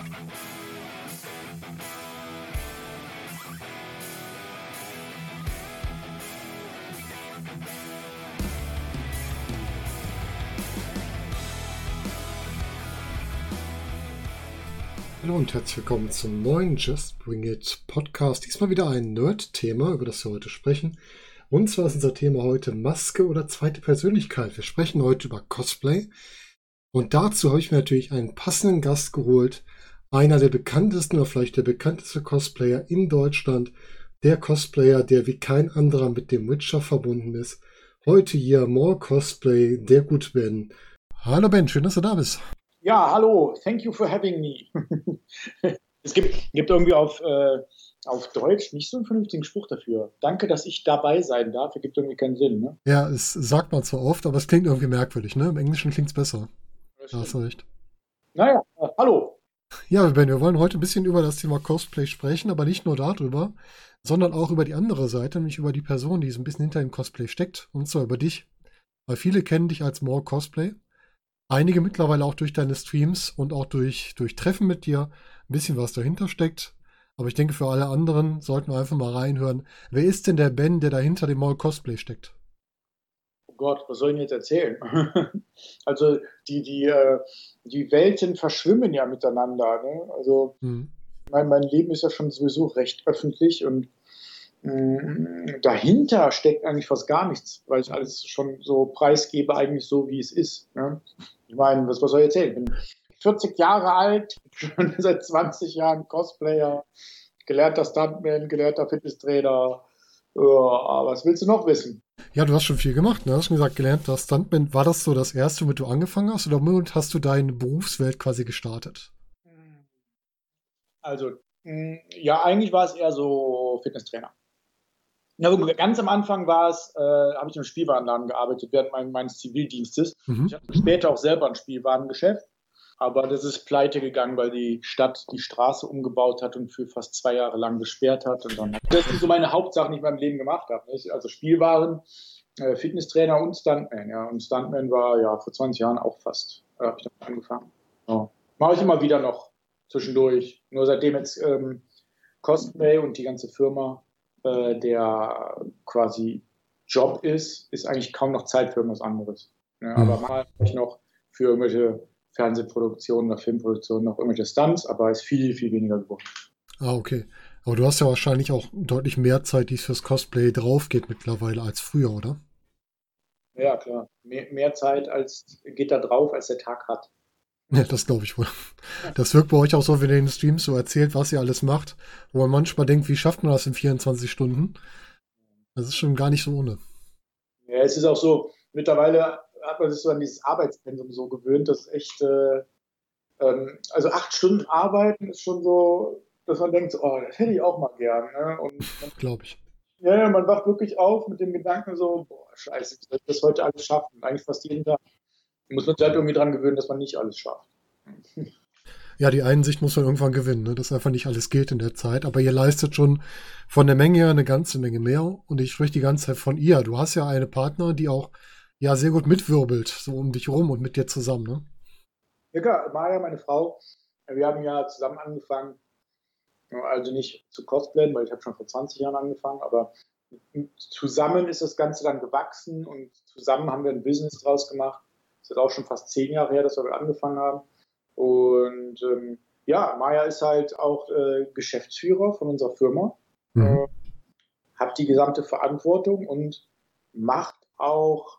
Hallo und herzlich willkommen zum neuen Just Bring It Podcast. Diesmal wieder ein Nerd-Thema, über das wir heute sprechen. Und zwar ist unser Thema heute Maske oder zweite Persönlichkeit. Wir sprechen heute über Cosplay. Und dazu habe ich mir natürlich einen passenden Gast geholt. Einer der bekanntesten oder vielleicht der bekannteste Cosplayer in Deutschland. Der Cosplayer, der wie kein anderer mit dem Witcher verbunden ist. Heute hier More Cosplay, der gute Ben. Hallo Ben, schön, dass du da bist. Ja, hallo, thank you for having me. Es gibt irgendwie auf Deutsch nicht so einen vernünftigen Spruch dafür. Danke, dass ich dabei sein darf. Ergibt irgendwie keinen Sinn, ne? Ja, es sagt man zwar oft, aber es klingt irgendwie merkwürdig, ne? Im Englischen klingt es besser. Da hast du recht. Naja, hallo. Ja, Ben, wir wollen heute ein bisschen über das Thema Cosplay sprechen, aber nicht nur darüber, sondern auch über die andere Seite, nämlich über die Person, die so ein bisschen hinter dem Cosplay steckt, und zwar über dich. Weil viele kennen dich als More Cosplay. Einige mittlerweile auch durch deine Streams und auch durch Treffen mit dir ein bisschen was dahinter steckt. Aber ich denke, für alle anderen sollten wir einfach mal reinhören. Wer ist denn der Ben, der dahinter dem More Cosplay steckt? Oh Gott, was soll ich denn jetzt erzählen? Also die Welten verschwimmen ja miteinander, ne? Also mein Leben ist ja schon sowieso recht öffentlich und dahinter steckt eigentlich fast gar nichts, weil ich alles schon so preisgebe, eigentlich so, wie es ist. Ne? Ich meine, was soll ich erzählen? Ich bin 40 Jahre alt, schon seit 20 Jahren Cosplayer, gelernter Stuntman, gelernter Fitnesstrainer. Was willst du noch wissen? Ja, du hast schon viel gemacht, ne? Du hast schon gesagt, gelernter Stuntman. War das so das erste, womit du angefangen hast, oder womit hast du deine Berufswelt quasi gestartet? Also, ja, eigentlich war es eher so Fitnesstrainer. Na, ganz am Anfang habe ich im Spielwarenladen gearbeitet während meines Zivildienstes. Ich hatte später auch selber ein Spielwarengeschäft, aber das ist pleite gegangen, weil die Stadt die Straße umgebaut hat und für fast 2 Jahre lang gesperrt hat. Und dann das sind so meine Hauptsachen, die ich in meinem Leben gemacht habe. Also Spielwaren, Fitnesstrainer und Stuntman. Ja. Und Stuntman war ja vor 20 Jahren auch fast, habe ich damit angefangen. Ja. Mache ich immer wieder noch zwischendurch. Nur seitdem jetzt Cosplay und die ganze Firma der quasi Job ist eigentlich kaum noch Zeit für irgendwas anderes. Ja, aber mal vielleicht noch für irgendwelche Fernsehproduktionen oder Filmproduktionen noch irgendwelche Stunts, aber ist viel, viel weniger geworden. Ah, okay. Aber du hast ja wahrscheinlich auch deutlich mehr Zeit, die fürs Cosplay drauf geht mittlerweile als früher, oder? Ja, klar. Mehr Zeit geht da drauf, als der Tag hat. Ja, das glaube ich wohl. Das wirkt bei euch auch so, wenn ihr in den Streams so erzählt, was ihr alles macht, wo man manchmal denkt, wie schafft man das in 24 Stunden? Das ist schon gar nicht so ohne. Ja, es ist auch so, mittlerweile hat man sich so an dieses Arbeitspensum so gewöhnt, dass echt, also 8 Stunden arbeiten ist schon so, dass man denkt, oh, das hätte ich auch mal gern. Ne? Glaube ich. Ja, man wacht wirklich auf mit dem Gedanken so, boah, scheiße, ich soll das heute alles schaffen. Eigentlich fast jeden Tag. Muss man sich halt irgendwie dran gewöhnen, dass man nicht alles schafft. Ja, die Einsicht muss man irgendwann gewinnen, ne? Dass einfach nicht alles geht in der Zeit. Aber ihr leistet schon von der Menge her eine ganze Menge mehr. Und ich spreche die ganze Zeit von ihr. Du hast ja eine Partnerin, die auch ja sehr gut mitwirbelt, so um dich rum und mit dir zusammen, ne? Ja, klar, Maja, meine Frau, wir haben ja zusammen angefangen, also nicht zu cosplayen, weil ich habe schon vor 20 Jahren angefangen, aber zusammen ist das Ganze dann gewachsen und zusammen haben wir ein Business draus gemacht. Das ist auch schon fast 10 Jahre her, dass wir angefangen haben. Und ja, Maja ist halt auch Geschäftsführer von unserer Firma, hat die gesamte Verantwortung und macht auch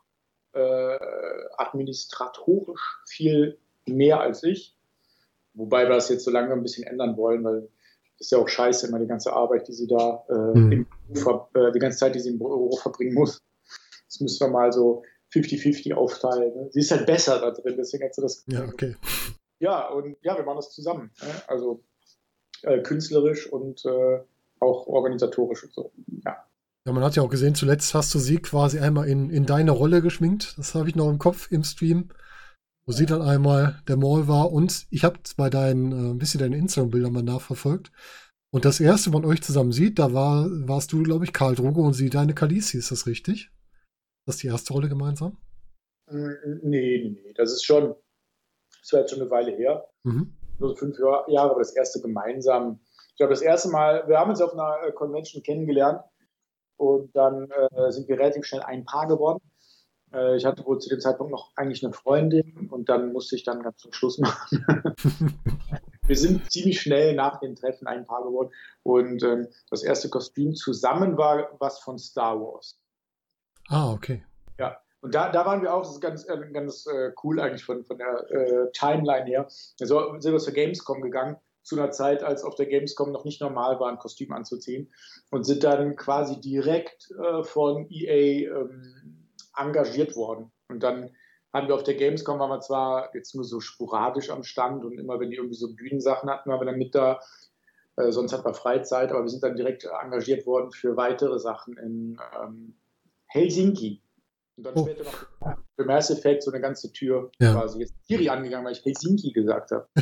administratorisch viel mehr als ich. Wobei wir das jetzt so langsam ein bisschen ändern wollen, weil das ist ja auch scheiße, immer die ganze Arbeit, die sie da die ganze Zeit, die sie im Büro verbringen muss. Das müssen wir mal so 50-50 aufteilen. Ne? Sie ist halt besser da drin, deswegen hat sie das. Ja, okay. Ja, und ja, wir machen das zusammen. Ne? Also künstlerisch und auch organisatorisch und so. Ja. Ja, man hat ja auch gesehen, zuletzt hast du sie quasi einmal in deine Rolle geschminkt. Das habe ich noch im Kopf im Stream, wo sie dann einmal der Maul war. Und ich habe bei ein bisschen deine Instagram-Bilder mal nachverfolgt. Und das erste, man euch zusammen sieht, da warst du, glaube ich, Karl Drogo und sie deine Khaleesi. Ist das richtig? Das ist die erste Rolle gemeinsam? Nee. Das war jetzt schon eine Weile her. nur so 5 Jahre, aber das erste gemeinsam. Ich glaube, das erste Mal, wir haben uns auf einer Convention kennengelernt und dann sind wir relativ schnell ein Paar geworden. Ich hatte wohl zu dem Zeitpunkt noch eigentlich eine Freundin und dann musste ich dann ganz zum Schluss machen. Wir sind ziemlich schnell nach dem Treffen ein Paar geworden und das erste Kostüm zusammen war was von Star Wars. Ah, okay. Ja, und da waren wir auch, das ist ganz cool eigentlich von der Timeline her. Also sind wir zur Gamescom gegangen, zu einer Zeit, als auf der Gamescom noch nicht normal war, ein Kostüm anzuziehen und sind dann quasi direkt von EA engagiert worden. Und dann haben wir auf der Gamescom, waren wir zwar jetzt nur so sporadisch am Stand und immer, wenn die irgendwie so Bühnensachen hatten, waren wir dann mit da. Sonst hatten wir Freizeit, aber wir sind dann direkt engagiert worden für weitere Sachen in Helsinki. Und dann später noch für Mass Effect so eine ganze Tür quasi. Jetzt Siri angegangen, weil ich Helsinki gesagt habe.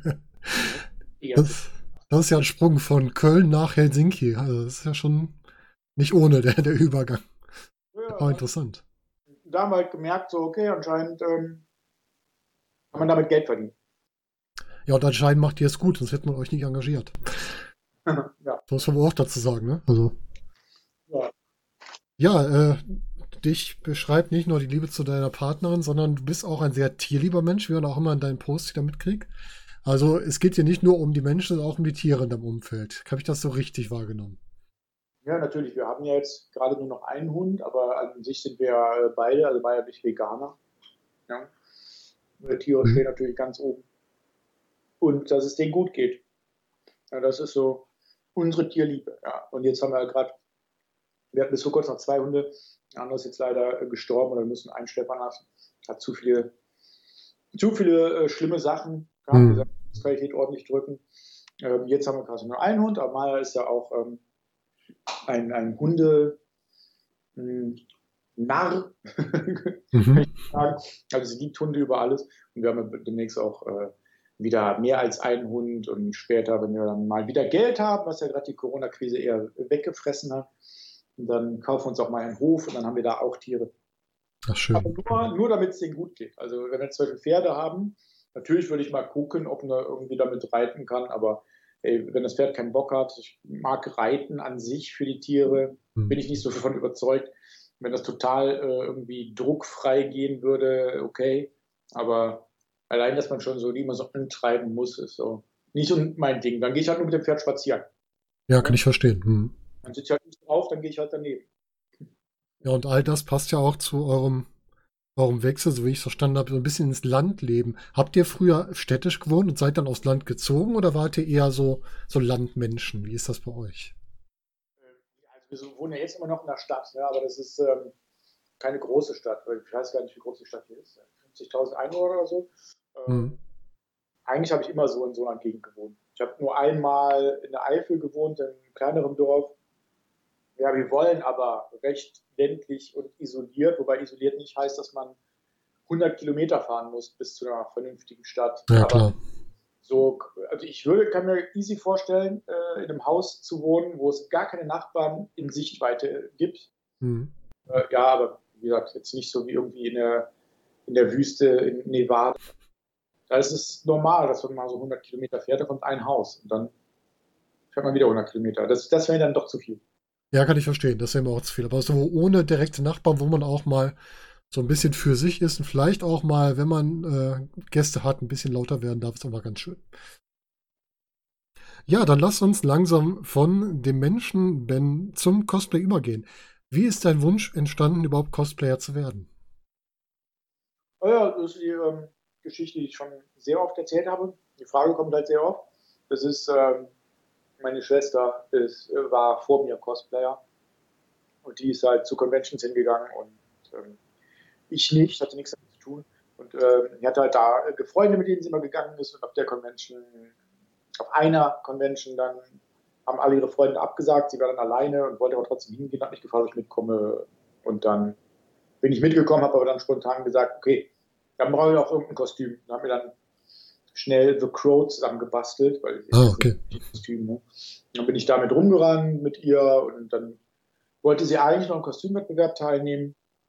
Das ist ja ein Sprung von Köln nach Helsinki. Also das ist ja schon nicht ohne der Übergang. Ja, aber interessant. Da haben wir halt gemerkt, so okay, anscheinend kann man damit Geld verdienen. Ja, und anscheinend macht ihr es gut, sonst hätte man euch nicht engagiert. Ja. Das muss man auch dazu sagen, ne? Also. Ja, dich beschreibt nicht nur die Liebe zu deiner Partnerin, sondern du bist auch ein sehr tierlieber Mensch, wie man auch immer in deinen Posts wieder mitkriegt. Also es geht hier nicht nur um die Menschen, sondern auch um die Tiere in deinem Umfeld. Habe ich das so richtig wahrgenommen? Ja, natürlich. Wir haben ja jetzt gerade nur noch einen Hund, aber an sich sind wir beide, also beide nicht Veganer. Ja. Tiere stehen natürlich ganz oben. Und dass es denen gut geht. Ja, das ist so unsere Tierliebe. Ja. Und jetzt haben wir gerade, wir hatten bis vor kurzem noch 2 Hunde. Der andere ist jetzt leider gestorben oder wir müssen einschleppern lassen. Hat zu viele schlimme Sachen gehabt. Die Qualität ordentlich drücken. Jetzt haben wir quasi nur einen Hund, aber Maya ist ja auch ein Hunde Narr. Also sie liebt Hunde über alles. Und wir haben demnächst auch wieder mehr als einen Hund und später, wenn wir dann mal wieder Geld haben, was ja gerade die Corona-Krise eher weggefressen hat, und dann kaufen wir uns auch mal einen Hof und dann haben wir da auch Tiere. Ach, schön. Aber nur damit es denen gut geht. Also wenn wir zum Beispiel Pferde haben, natürlich würde ich mal gucken, ob man irgendwie damit reiten kann, aber wenn das Pferd keinen Bock hat, ich mag Reiten an sich für die Tiere, bin ich nicht so davon überzeugt. Wenn das total irgendwie druckfrei gehen würde, okay, aber allein, dass man schon so die immer so antreiben muss, ist so nicht so mein Ding. Dann gehe ich halt nur mit dem Pferd spazieren. Ja, kann ich verstehen. Dann sitze ich halt nicht drauf, dann gehe ich halt daneben. Ja, und all das passt ja auch zu eurem Wechsel, so wie ich es verstanden habe, so ein bisschen ins Landleben. Habt ihr früher städtisch gewohnt und seid dann aufs Land gezogen oder wart ihr eher so Landmenschen? Wie ist das bei euch? Also wir wohnen ja jetzt immer noch in der Stadt, ja, aber das ist keine große Stadt. Ich weiß gar nicht, wie groß die Stadt hier ist. 50.000 Einwohner oder so. Eigentlich habe ich immer so in so einer Gegend gewohnt. Ich habe nur einmal in der Eifel gewohnt, in einem kleineren Dorf. Ja, wir wollen aber recht ländlich und isoliert, wobei isoliert nicht heißt, dass man 100 Kilometer fahren muss bis zu einer vernünftigen Stadt. Ja, klar. So, also kann mir easy vorstellen, in einem Haus zu wohnen, wo es gar keine Nachbarn in Sichtweite gibt. Ja, aber wie gesagt, jetzt nicht so wie irgendwie in der Wüste in Nevada. Da ist es normal, dass man mal so 100 Kilometer fährt, da kommt ein Haus und dann fährt man wieder 100 Kilometer. Das wäre dann doch zu viel. Ja, kann ich verstehen, das wäre mir auch zu viel. Aber so ohne direkte Nachbarn, wo man auch mal so ein bisschen für sich ist und vielleicht auch mal, wenn man Gäste hat, ein bisschen lauter werden darf, ist auch mal ganz schön. Ja, dann lass uns langsam von dem Menschen Ben zum Cosplay übergehen. Wie ist dein Wunsch entstanden, überhaupt Cosplayer zu werden? Ja, das ist die Geschichte, die ich schon sehr oft erzählt habe. Die Frage kommt halt sehr oft. Das ist, meine Schwester war vor mir Cosplayer und die ist halt zu Conventions hingegangen und ich nicht, hatte nichts damit zu tun. Und die hatte halt da Freunde, mit denen sie immer gegangen ist und auf einer Convention dann haben alle ihre Freunde abgesagt, sie war dann alleine und wollte aber trotzdem hingehen, hat mich gefragt, ob ich mitkomme und dann bin ich mitgekommen, habe aber dann spontan gesagt, okay, dann brauche ich auch irgendein Kostüm. Dann haben wir dann schnell The Crow zusammengebastelt, weil okay. Kostüm, ne? Dann bin ich damit rumgerannt mit ihr und dann wollte sie eigentlich noch im Kostümwettbewerb teilnehmen.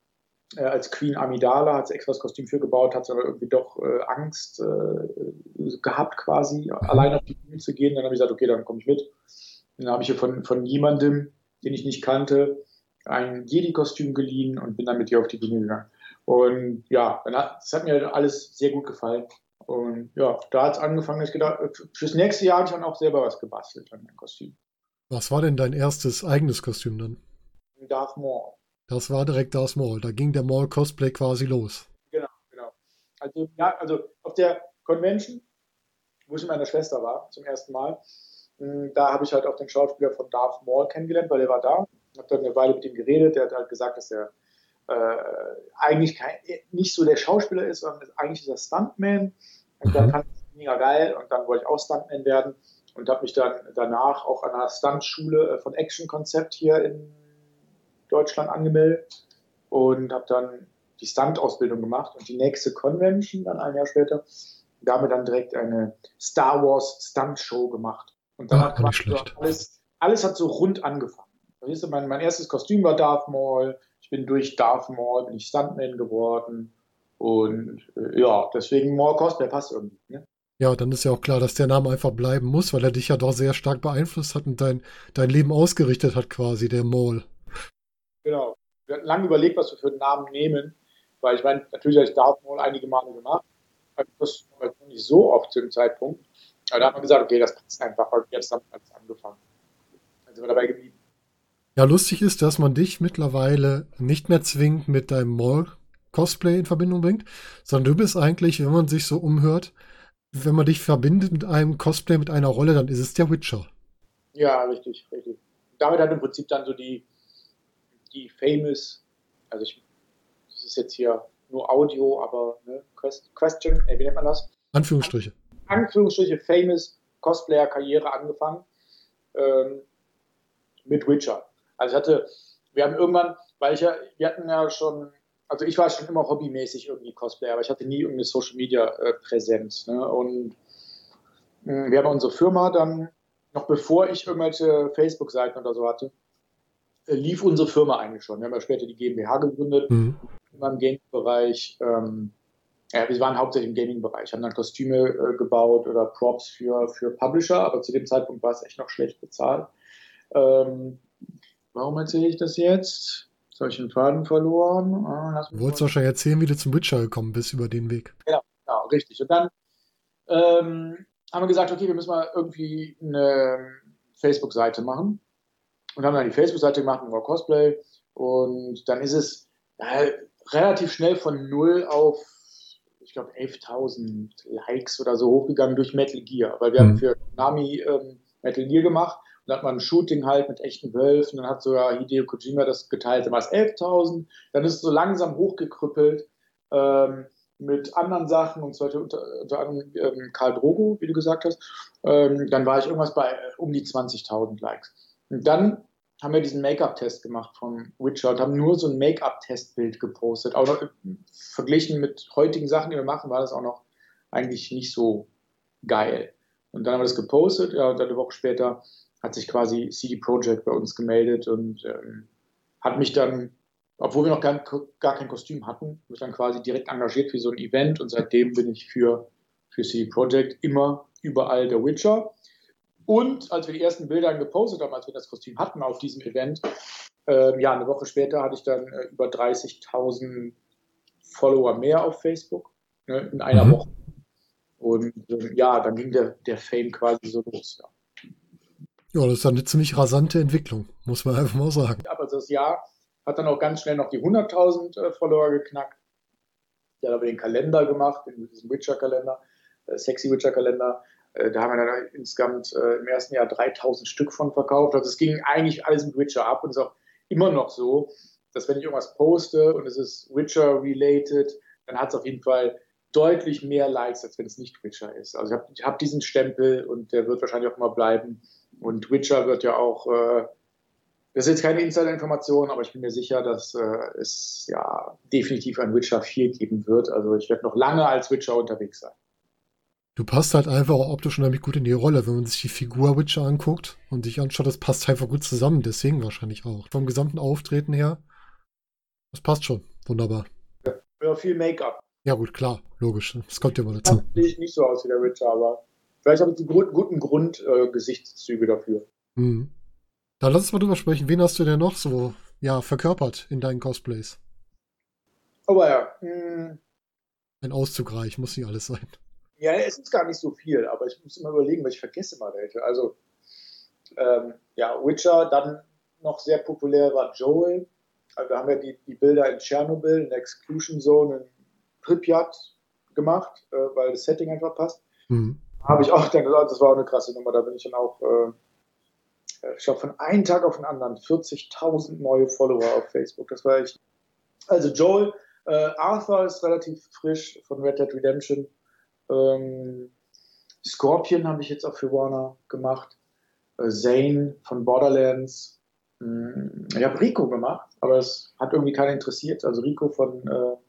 als Queen Amidala, hat sie extra das Kostüm für gebaut, hat sie aber irgendwie doch Angst gehabt quasi, allein auf die Bühne zu gehen. Dann habe ich gesagt, okay, dann komme ich mit. Und dann habe ich hier von jemandem, den ich nicht kannte, ein Jedi-Kostüm geliehen und bin dann mit ihr auf die Bühne gegangen. Und ja, das hat mir alles sehr gut gefallen. Und ja, da hat es angefangen, dass ich gedacht, fürs nächste Jahr habe ich dann auch selber was gebastelt an meinem Kostüm. Was war denn dein erstes eigenes Kostüm dann? Darth Maul. Das war direkt Darth Maul. Da ging der Maul-Cosplay quasi los. Genau. Also, ja, also auf der Convention, wo ich mit meiner Schwester war, zum ersten Mal, da habe ich halt auch den Schauspieler von Darth Maul kennengelernt, weil er war da. Ich habe dann eine Weile mit ihm geredet. Der hat halt gesagt, dass er eigentlich nicht so der Schauspieler ist, sondern eigentlich ist er Stuntman. Und dann fand ich es mega geil und dann wollte ich auch Stuntman werden und habe mich dann danach auch an einer Stuntschule von Action Concept hier in Deutschland angemeldet und habe dann die Stunt-Ausbildung gemacht und die nächste Convention, dann ein Jahr später, da haben wir dann direkt eine Star Wars Stunt-Show gemacht. Und dann hat quasi alles hat so rund angefangen. Weißt du, mein erstes Kostüm war Darth Maul, ich bin durch Darth Maul, bin ich Stuntman geworden und ja, deswegen Maul Cosplay passt irgendwie. Ne? Ja, dann ist ja auch klar, dass der Name einfach bleiben muss, weil er dich ja doch sehr stark beeinflusst hat und dein Leben ausgerichtet hat quasi, der Maul. Genau. Wir hatten lange überlegt, was wir für einen Namen nehmen, weil ich meine, natürlich habe ich Darth Maul einige Male gemacht, aber das war nicht so oft zu dem Zeitpunkt. Aber da haben wir gesagt, okay, das passt einfach, weil jetzt haben wir alles angefangen. Dann sind wir dabei geblieben. Ja, lustig ist, dass man dich mittlerweile nicht mehr zwingend mit deinem Maul-Cosplay in Verbindung bringt, sondern du bist eigentlich, wenn man sich so umhört, wenn man dich verbindet mit einem Cosplay, mit einer Rolle, dann ist es der Witcher. Ja, richtig. Damit hat im Prinzip dann so die famous, also das ist jetzt hier nur Audio, aber ne, Question, wie nennt man das? Anführungsstriche, famous Cosplayer-Karriere angefangen mit Witcher. Also wir haben irgendwann, wir hatten ja schon, also ich war schon immer hobbymäßig irgendwie Cosplayer, aber ich hatte nie irgendeine Social-Media-Präsenz. Ne? Und wir haben unsere Firma dann, noch bevor ich irgendwelche Facebook-Seiten oder so hatte, lief unsere Firma eigentlich schon. Wir haben ja später die GmbH gegründet, immer im Gaming-Bereich. Wir waren hauptsächlich im Gaming-Bereich, haben dann Kostüme gebaut oder Props für Publisher, aber zu dem Zeitpunkt war es echt noch schlecht bezahlt. Warum erzähle ich das jetzt? Jetzt habe ich den Faden verloren. Du wolltest wahrscheinlich erzählen, wie du zum Witcher gekommen bist über den Weg. Ja, richtig. Und dann haben wir gesagt, okay, wir müssen mal irgendwie eine Facebook-Seite machen. Und haben dann die Facebook-Seite gemacht über Cosplay. Und dann ist es relativ schnell von 0 auf, ich glaube, 11.000 Likes oder so hochgegangen durch Metal Gear. Weil wir haben für Konami Metal Gear gemacht. Und dann hat man ein Shooting halt mit echten Wölfen. Dann hat sogar Hideo Kojima das geteilt. Dann war es 11.000. Dann ist es so langsam hochgekrüppelt mit anderen Sachen. Und zwar unter anderem Khal Drogo, wie du gesagt hast. Dann war ich irgendwas bei um die 20.000 Likes. Und dann haben wir diesen Make-up-Test gemacht vom Witcher und haben nur so ein Make-up-Testbild gepostet. Auch noch verglichen mit heutigen Sachen, die wir machen, war das auch noch eigentlich nicht so geil. Und dann haben wir das gepostet, ja, und dann eine Woche später hat sich quasi CD Projekt bei uns gemeldet und hat mich dann, obwohl wir noch gar kein Kostüm hatten, mich dann quasi direkt engagiert für so ein Event und seitdem bin ich für CD Projekt immer überall der Witcher. Und als wir die ersten Bilder gepostet haben, als wir das Kostüm hatten auf diesem Event, eine Woche später hatte ich dann über 30.000 Follower mehr auf Facebook, ne, in einer Woche. Und dann ging der Fame quasi so los. Ja, das ist dann eine ziemlich rasante Entwicklung, muss man einfach mal sagen. Aber das Jahr hat dann auch ganz schnell noch die 100.000 Follower geknackt. Der hat aber den Kalender gemacht, diesen Witcher-Kalender, Sexy Witcher-Kalender. Da haben wir dann insgesamt im ersten Jahr 3.000 Stück von verkauft. Also es ging eigentlich alles mit Witcher ab und es ist auch immer noch so, dass wenn ich irgendwas poste und es ist Witcher-related, dann hat es auf jeden Fall deutlich mehr Likes, als wenn es nicht Witcher ist. Also ich hab diesen Stempel und der wird wahrscheinlich auch immer bleiben. Und Witcher wird ja auch, das ist jetzt keine Insider-Information, aber ich bin mir sicher, dass es ja definitiv ein Witcher 4 geben wird. Also ich werde noch lange als Witcher unterwegs sein. Du passt halt einfach auch optisch unheimlich gut in die Rolle, wenn man sich die Figur Witcher anguckt und sich anschaut, das passt einfach gut zusammen, deswegen wahrscheinlich auch. Vom gesamten Auftreten her, das passt schon. wunderbar. Ja, viel Make-up. Ja gut, klar, logisch. Das kommt ja mal dazu. Sehe ich nicht so aus wie der Witcher, aber vielleicht habe ich die guten Gesichtszüge dafür. Mhm. Dann lass uns mal drüber sprechen. Wen hast du denn noch so verkörpert in deinen Cosplays? Aber ja, Ein Auszug reicht, muss nicht alles sein. ja, es ist gar nicht so viel, aber ich muss immer überlegen, weil ich vergesse mal welche. Also, ja, Witcher, dann noch sehr populär war Joel. Also, da haben wir die Bilder in Tschernobyl, in der Exclusion Zone in Pripyat gemacht, weil das Setting einfach passt. Mhm. Habe ich auch dann gesagt, das war auch eine krasse Nummer. Da bin ich dann auch, ich glaube, von einem Tag auf den anderen 40.000 neue Follower auf Facebook. Das war echt. Also, Joel, Arthur ist relativ frisch von Red Dead Redemption. Scorpion habe ich jetzt auch für Warner gemacht. Zane von Borderlands. Ich habe Rico gemacht, aber es hat irgendwie keiner interessiert. Also Rico von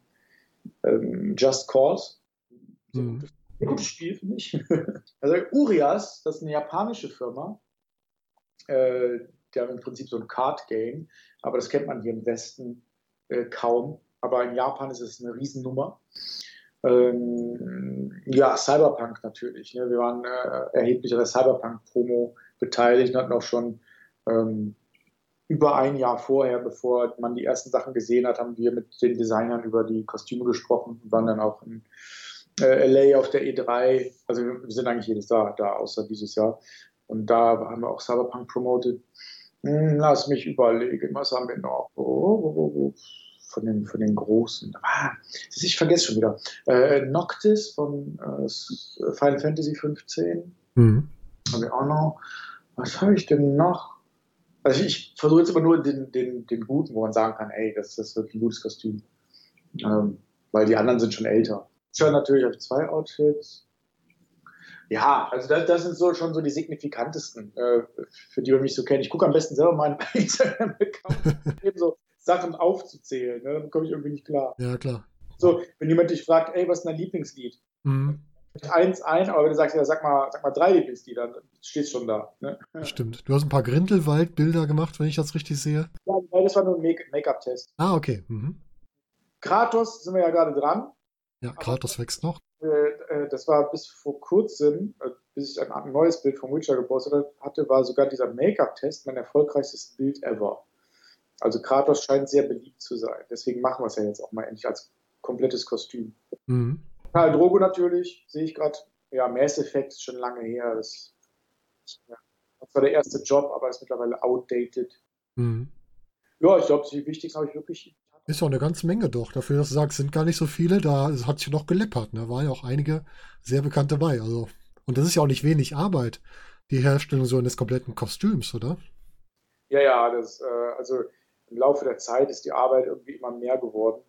Just Cause. Mhm. Ein gutes Spiel, finde ich. Also Urias, das ist eine japanische Firma. Die haben im Prinzip so ein Card-Game, aber das kennt man hier im Westen kaum. Aber in Japan ist es eine Riesennummer. Ja, Cyberpunk natürlich. Ne? Wir waren erheblich an der Cyberpunk-Promo beteiligt und hatten auch schon über ein Jahr vorher, bevor man die ersten Sachen gesehen hat, haben wir mit den Designern über die Kostüme gesprochen und waren dann auch in LA auf der E3. Also wir sind eigentlich jedes Jahr da, außer dieses Jahr. Und da haben wir auch Cyberpunk promoted. Lass mich überlegen, was haben wir noch? Von den Großen. Ich vergesse schon wieder. Noctis von Final Fantasy 15. Mhm. Haben wir auch noch. Was habe ich denn noch? Also ich versuche jetzt immer nur den Guten, wo man sagen kann, ey, das ist wirklich ein gutes Kostüm. Weil die anderen sind schon älter. Schon natürlich habe ich 2 Outfits. Ja, also das sind schon so die signifikantesten, für die man mich so kennt. Ich gucke am besten selber mal in Instagram-Account, eben so Sachen aufzuzählen. Ne? Dann komme ich irgendwie nicht klar. Ja, klar. So, wenn jemand dich fragt, ey, was ist dein Lieblingslied? Mhm. Eins ein, aber wenn du sagst, ja, sag mal 3 Lieblingslieder, dann stehst schon da. Ne? Stimmt. Du hast ein paar Grindelwald-Bilder gemacht, wenn ich das richtig sehe. Ja, das war nur ein Make-up-Test. Ah, okay. Mhm. Kratos sind wir ja gerade dran. Ja, Kratos wächst noch. Das war bis vor kurzem, bis ich ein neues Bild vom Witcher gepostet hatte, war sogar dieser Make-up-Test mein erfolgreichstes Bild ever. Also Kratos scheint sehr beliebt zu sein. Deswegen machen wir es ja jetzt auch mal endlich als komplettes Kostüm. Mhm. Karl Drogo natürlich, sehe ich gerade. Ja, Mass Effect ist schon lange her. Das war der erste Job, aber ist mittlerweile outdated. Mhm. Ja, ich glaube, die wichtigsten habe ich wirklich. Ist ja eine ganze Menge doch. Dafür, dass du sagst, sind gar nicht so viele. Da hat sich noch geleppert. Ne? Da waren ja auch einige sehr bekannt dabei. Also, und das ist ja auch nicht wenig Arbeit, die Herstellung so eines kompletten Kostüms, oder? Ja, also im Laufe der Zeit ist die Arbeit irgendwie immer mehr geworden.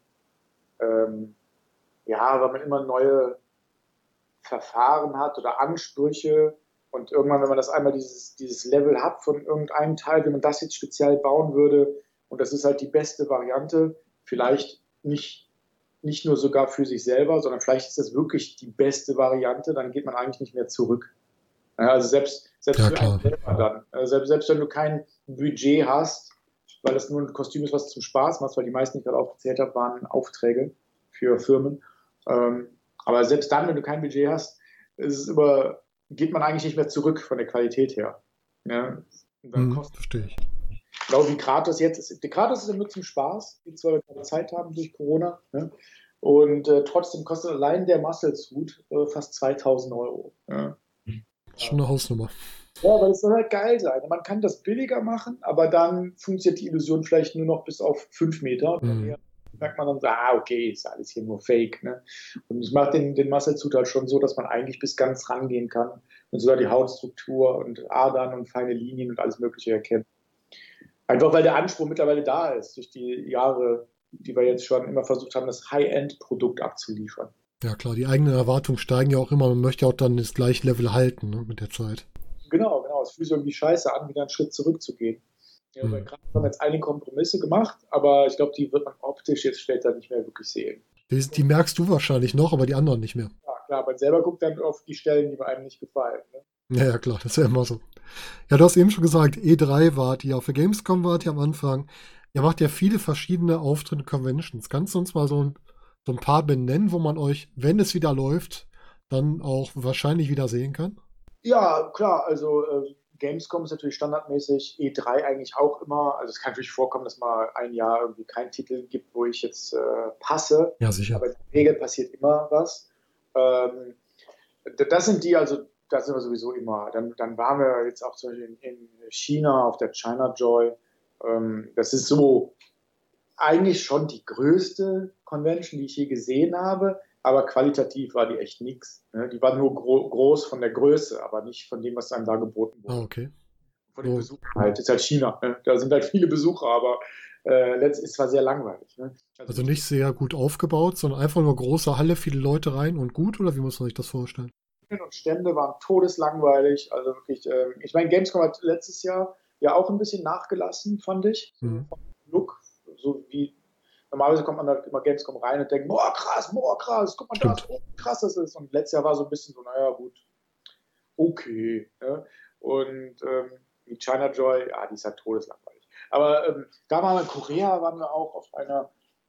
Ja, weil man immer neue Verfahren hat oder Ansprüche und irgendwann, wenn man das einmal dieses Level hat von irgendeinem Teil, wenn man das jetzt speziell bauen würde und das ist halt die beste Variante, vielleicht nicht nur sogar für sich selber, sondern vielleicht ist das wirklich die beste Variante, dann geht man eigentlich nicht mehr zurück. Ja, also selbst Ja, für klar. einen selber dann. Also selbst wenn du kein Budget hast, weil das nur ein Kostüm ist, was zum Spaß macht, weil die meisten, die ich gerade aufgezählt habe, waren Aufträge für Firmen. Aber selbst dann, wenn du kein Budget hast, geht man eigentlich nicht mehr zurück von der Qualität her. Ja? Und dann verstehe ich. genau wie Kratos jetzt ist. Die Kratos ist ja nur zum Spaß, die zwar keine Zeit haben durch Corona. Ne? Und trotzdem kostet allein der Muscle Suit fast 2.000 Euro. Ja? Schon eine Hausnummer. Ja, weil es soll halt geil sein. Man kann das billiger machen, aber dann funktioniert die Illusion vielleicht nur noch bis auf 5 Meter. Mhm. Merkt man dann so, okay, ist alles hier nur Fake. Ne? Und ich mache den Muscle Suit halt schon so, dass man eigentlich bis ganz rangehen kann und sogar die Hautstruktur und Adern und feine Linien und alles Mögliche erkennt. Einfach weil der Anspruch mittlerweile da ist, durch die Jahre, die wir jetzt schon immer versucht haben, das High-End-Produkt abzuliefern. Ja klar, die eigenen Erwartungen steigen ja auch immer. Man möchte auch dann das gleiche Level halten, ne, mit der Zeit. Genau. Es fühlt sich irgendwie scheiße an, wieder einen Schritt zurückzugehen. Ja, bei Kratos haben wir jetzt einige Kompromisse gemacht, aber ich glaube, die wird man optisch jetzt später nicht mehr wirklich sehen. Die merkst du wahrscheinlich noch, aber die anderen nicht mehr. Ja, klar, man selber guckt dann auf die Stellen, die einem nicht gefallen. Ne? Ja, klar, das ist ja immer so. Ja, du hast eben schon gesagt, E3 wart ihr, auf der Gamescom wart ihr am Anfang. Ihr macht ja viele verschiedene Auftritte, Conventions. Kannst du uns mal so ein paar benennen, wo man euch, wenn es wieder läuft, dann auch wahrscheinlich wieder sehen kann? Ja, klar, also Gamescom ist natürlich standardmäßig, E3 eigentlich auch immer. Also es kann natürlich vorkommen, dass mal ein Jahr irgendwie keinen Titel gibt, wo ich jetzt passe, Ja, sicher. aber in der Regel passiert immer was. Ähm, Das sind die, also das sind wir sowieso immer. Dann waren wir jetzt auch zum Beispiel in China auf der China Joy. Das ist so eigentlich schon die größte Convention, die ich je gesehen habe, aber qualitativ war die echt nix. Ne? Die war nur groß von der Größe, aber nicht von dem, was einem da geboten Ah, wurde. okay. Von den So, Besuchern halt. Das ist halt China. Ne? Da sind halt viele Besucher, aber letztlich ist zwar sehr langweilig. Ne? Also also nicht nicht sehr gut aufgebaut, sondern einfach nur große Halle, viele Leute rein und gut, oder wie muss man sich das vorstellen? und Stände waren todeslangweilig. Also wirklich, ich meine, Gamescom hat letztes Jahr ja auch ein bisschen nachgelassen, fand ich. So Mhm. vom Look, so wie normalerweise kommt man da immer Gamescom rein und denkt, boah, krass, guck mal das, Stimmt. oh, wie krass das ist. Und letztes Jahr war so ein bisschen so, naja, gut, okay. Ne? Und die China Joy, ja, die ist halt todeslangweilig. Aber da waren wir in Korea, waren wir auch auf einer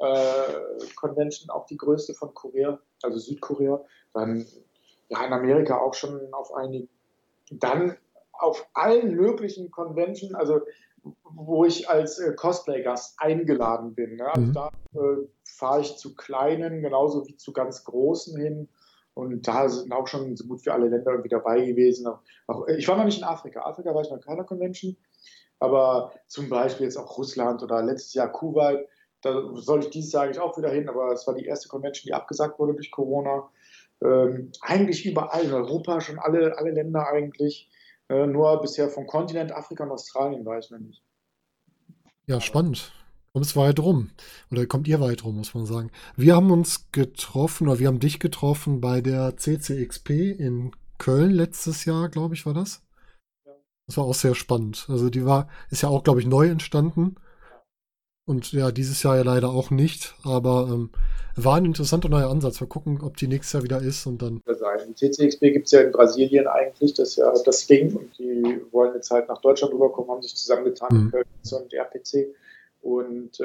Convention, auch die größte von Korea, also Südkorea. Dann ja, in Amerika auch schon auf einigen. Dann auf allen möglichen Conventions, also wo ich als Cosplay-Gast eingeladen bin. Ne? Also Mhm. da fahre ich zu kleinen, genauso wie zu ganz großen hin. Und da sind auch schon so gut wie alle Länder irgendwie dabei gewesen. Ich war noch nicht in Afrika. Afrika war ich noch in keiner Convention. Aber zum Beispiel jetzt auch Russland oder letztes Jahr Kuwait. Da soll ich dieses Jahr eigentlich auch wieder hin. Aber es war die erste Convention, die abgesagt wurde durch Corona. Eigentlich überall in Europa, schon alle Länder eigentlich. Nur bisher vom Kontinent Afrika und Australien war ich noch nicht. Ja, Aber spannend. Kommst weit rum. Oder kommt ihr weit rum, muss man sagen. Wir haben uns getroffen, oder wir haben dich getroffen bei der CCXP in Köln letztes Jahr, glaube ich, war das. ja, Das war auch sehr spannend. Also ist ja auch, glaube ich, neu entstanden. Und ja, dieses Jahr ja leider auch nicht. Aber war ein interessanter neuer Ansatz. Mal gucken, ob die nächstes Jahr wieder ist und dann. sein. Die CCXP gibt es ja in Brasilien eigentlich, das ist ja das Ding. Und die wollen jetzt halt nach Deutschland rüberkommen, haben sich zusammengetan mit Mhm. Köln und RPC. Und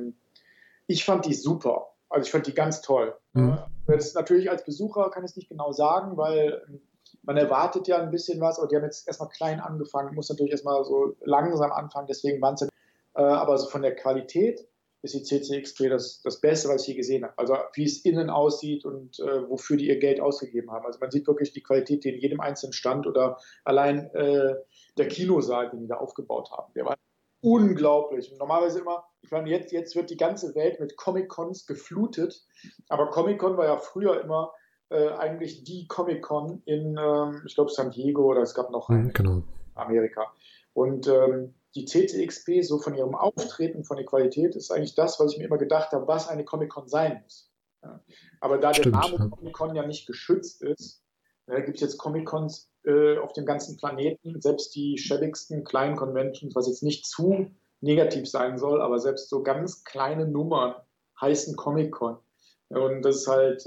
ich fand die super. Also ich fand die ganz toll. Mhm. Jetzt natürlich als Besucher kann ich es nicht genau sagen, weil man erwartet ja ein bisschen was, aber die haben jetzt erstmal klein angefangen, muss natürlich erstmal so langsam anfangen, deswegen waren es aber so von der Qualität ist die CCXP das Beste, was ich je gesehen habe. Also wie es innen aussieht und wofür die ihr Geld ausgegeben haben. Also man sieht wirklich die Qualität, die in jedem einzelnen Stand oder allein der Kinosaal, den die da aufgebaut haben. Der war unglaublich. Und normalerweise immer, ich meine, jetzt wird die ganze Welt mit Comic-Cons geflutet, aber Comic-Con war ja früher immer eigentlich die Comic-Con in, ich glaube, San Diego oder es gab noch Mhm, eine in genau. Amerika. Und die CCXP, so von ihrem Auftreten, von der Qualität, ist eigentlich das, was ich mir immer gedacht habe, was eine Comic-Con sein muss. Ja. Aber da der Stimmt. Name Ja. Comic-Con ja nicht geschützt ist, gibt es jetzt Comic-Cons auf dem ganzen Planeten, selbst die schäbigsten kleinen Conventions, was jetzt nicht zu negativ sein soll, aber selbst so ganz kleine Nummern heißen Comic-Con. Und das ist halt,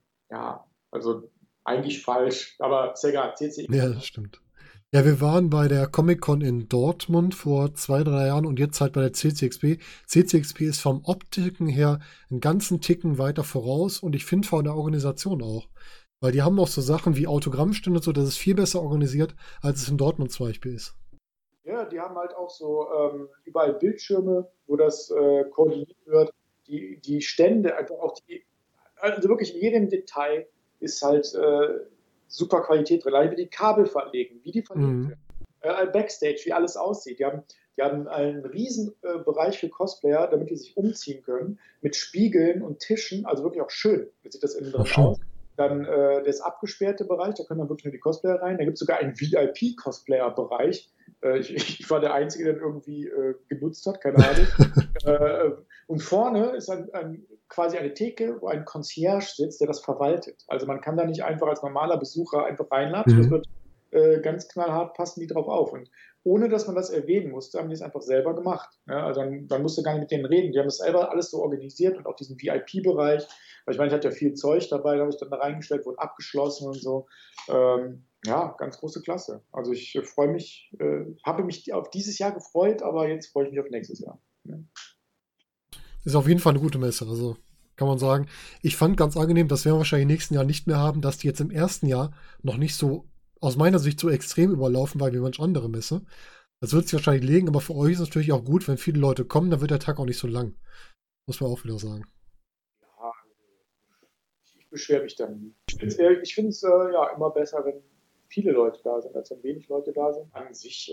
ja, also eigentlich falsch, aber sehr egal, Ja, CCXP. das stimmt. Ja, wir waren bei der Comic-Con in Dortmund vor 2, 3 Jahren und jetzt halt bei der CCXP. CCXP ist vom Optiken her einen ganzen Ticken weiter voraus und ich finde von der Organisation auch. Weil die haben auch so Sachen wie Autogrammstände und so, das ist viel besser organisiert, als es in Dortmund zum Beispiel ist. Ja, die haben halt auch so überall Bildschirme, wo das koordiniert wird. Die Stände, einfach auch also wirklich in jedem Detail ist halt super Qualität drin. Allein wie die Kabel verlegen, wie die verlegt Mhm. werden. Backstage, wie alles aussieht. Die haben einen riesen Bereich für Cosplayer, damit die sich umziehen können, mit Spiegeln und Tischen, also wirklich auch schön. Wie sieht das innen Ach, drin schön. aus? Dann das abgesperrte Bereich, da können dann wirklich nur die Cosplayer rein. Da gibt es sogar einen VIP-Cosplayer-Bereich. Ich war der Einzige, der den irgendwie genutzt hat, keine Ahnung. Äh, und vorne ist quasi eine Theke, wo ein Concierge sitzt, der das verwaltet. Also man kann da nicht einfach als normaler Besucher einfach reinlatschen. Das Mhm. wird ganz knallhart, passen die drauf auf. Und ohne dass man das erwähnen musste, haben die es einfach selber gemacht. Ja, also man musste gar nicht mit denen reden. Die haben das selber alles so organisiert und auch diesen VIP-Bereich. Weil ich meine, ich hatte ja viel Zeug dabei, da habe ich dann da reingestellt, wurde abgeschlossen und so. Ja, ganz große Klasse. Also ich freue mich, habe mich auf dieses Jahr gefreut, aber jetzt freue ich mich auf nächstes Jahr. Ja. Ist auf jeden Fall eine gute Messe. Also kann man sagen. Ich fand ganz angenehm, das werden wir wahrscheinlich im nächsten Jahr nicht mehr haben, dass die jetzt im ersten Jahr noch nicht so, aus meiner Sicht, so extrem überlaufen war wie manch andere Messe. Das wird sich wahrscheinlich legen, aber für euch ist es natürlich auch gut, wenn viele Leute kommen, dann wird der Tag auch nicht so lang. Muss man auch wieder sagen. Ja, ich beschwere mich dann nie. Ich finde es ja immer besser, wenn viele Leute da sind, als wenn wenig Leute da sind. An sich,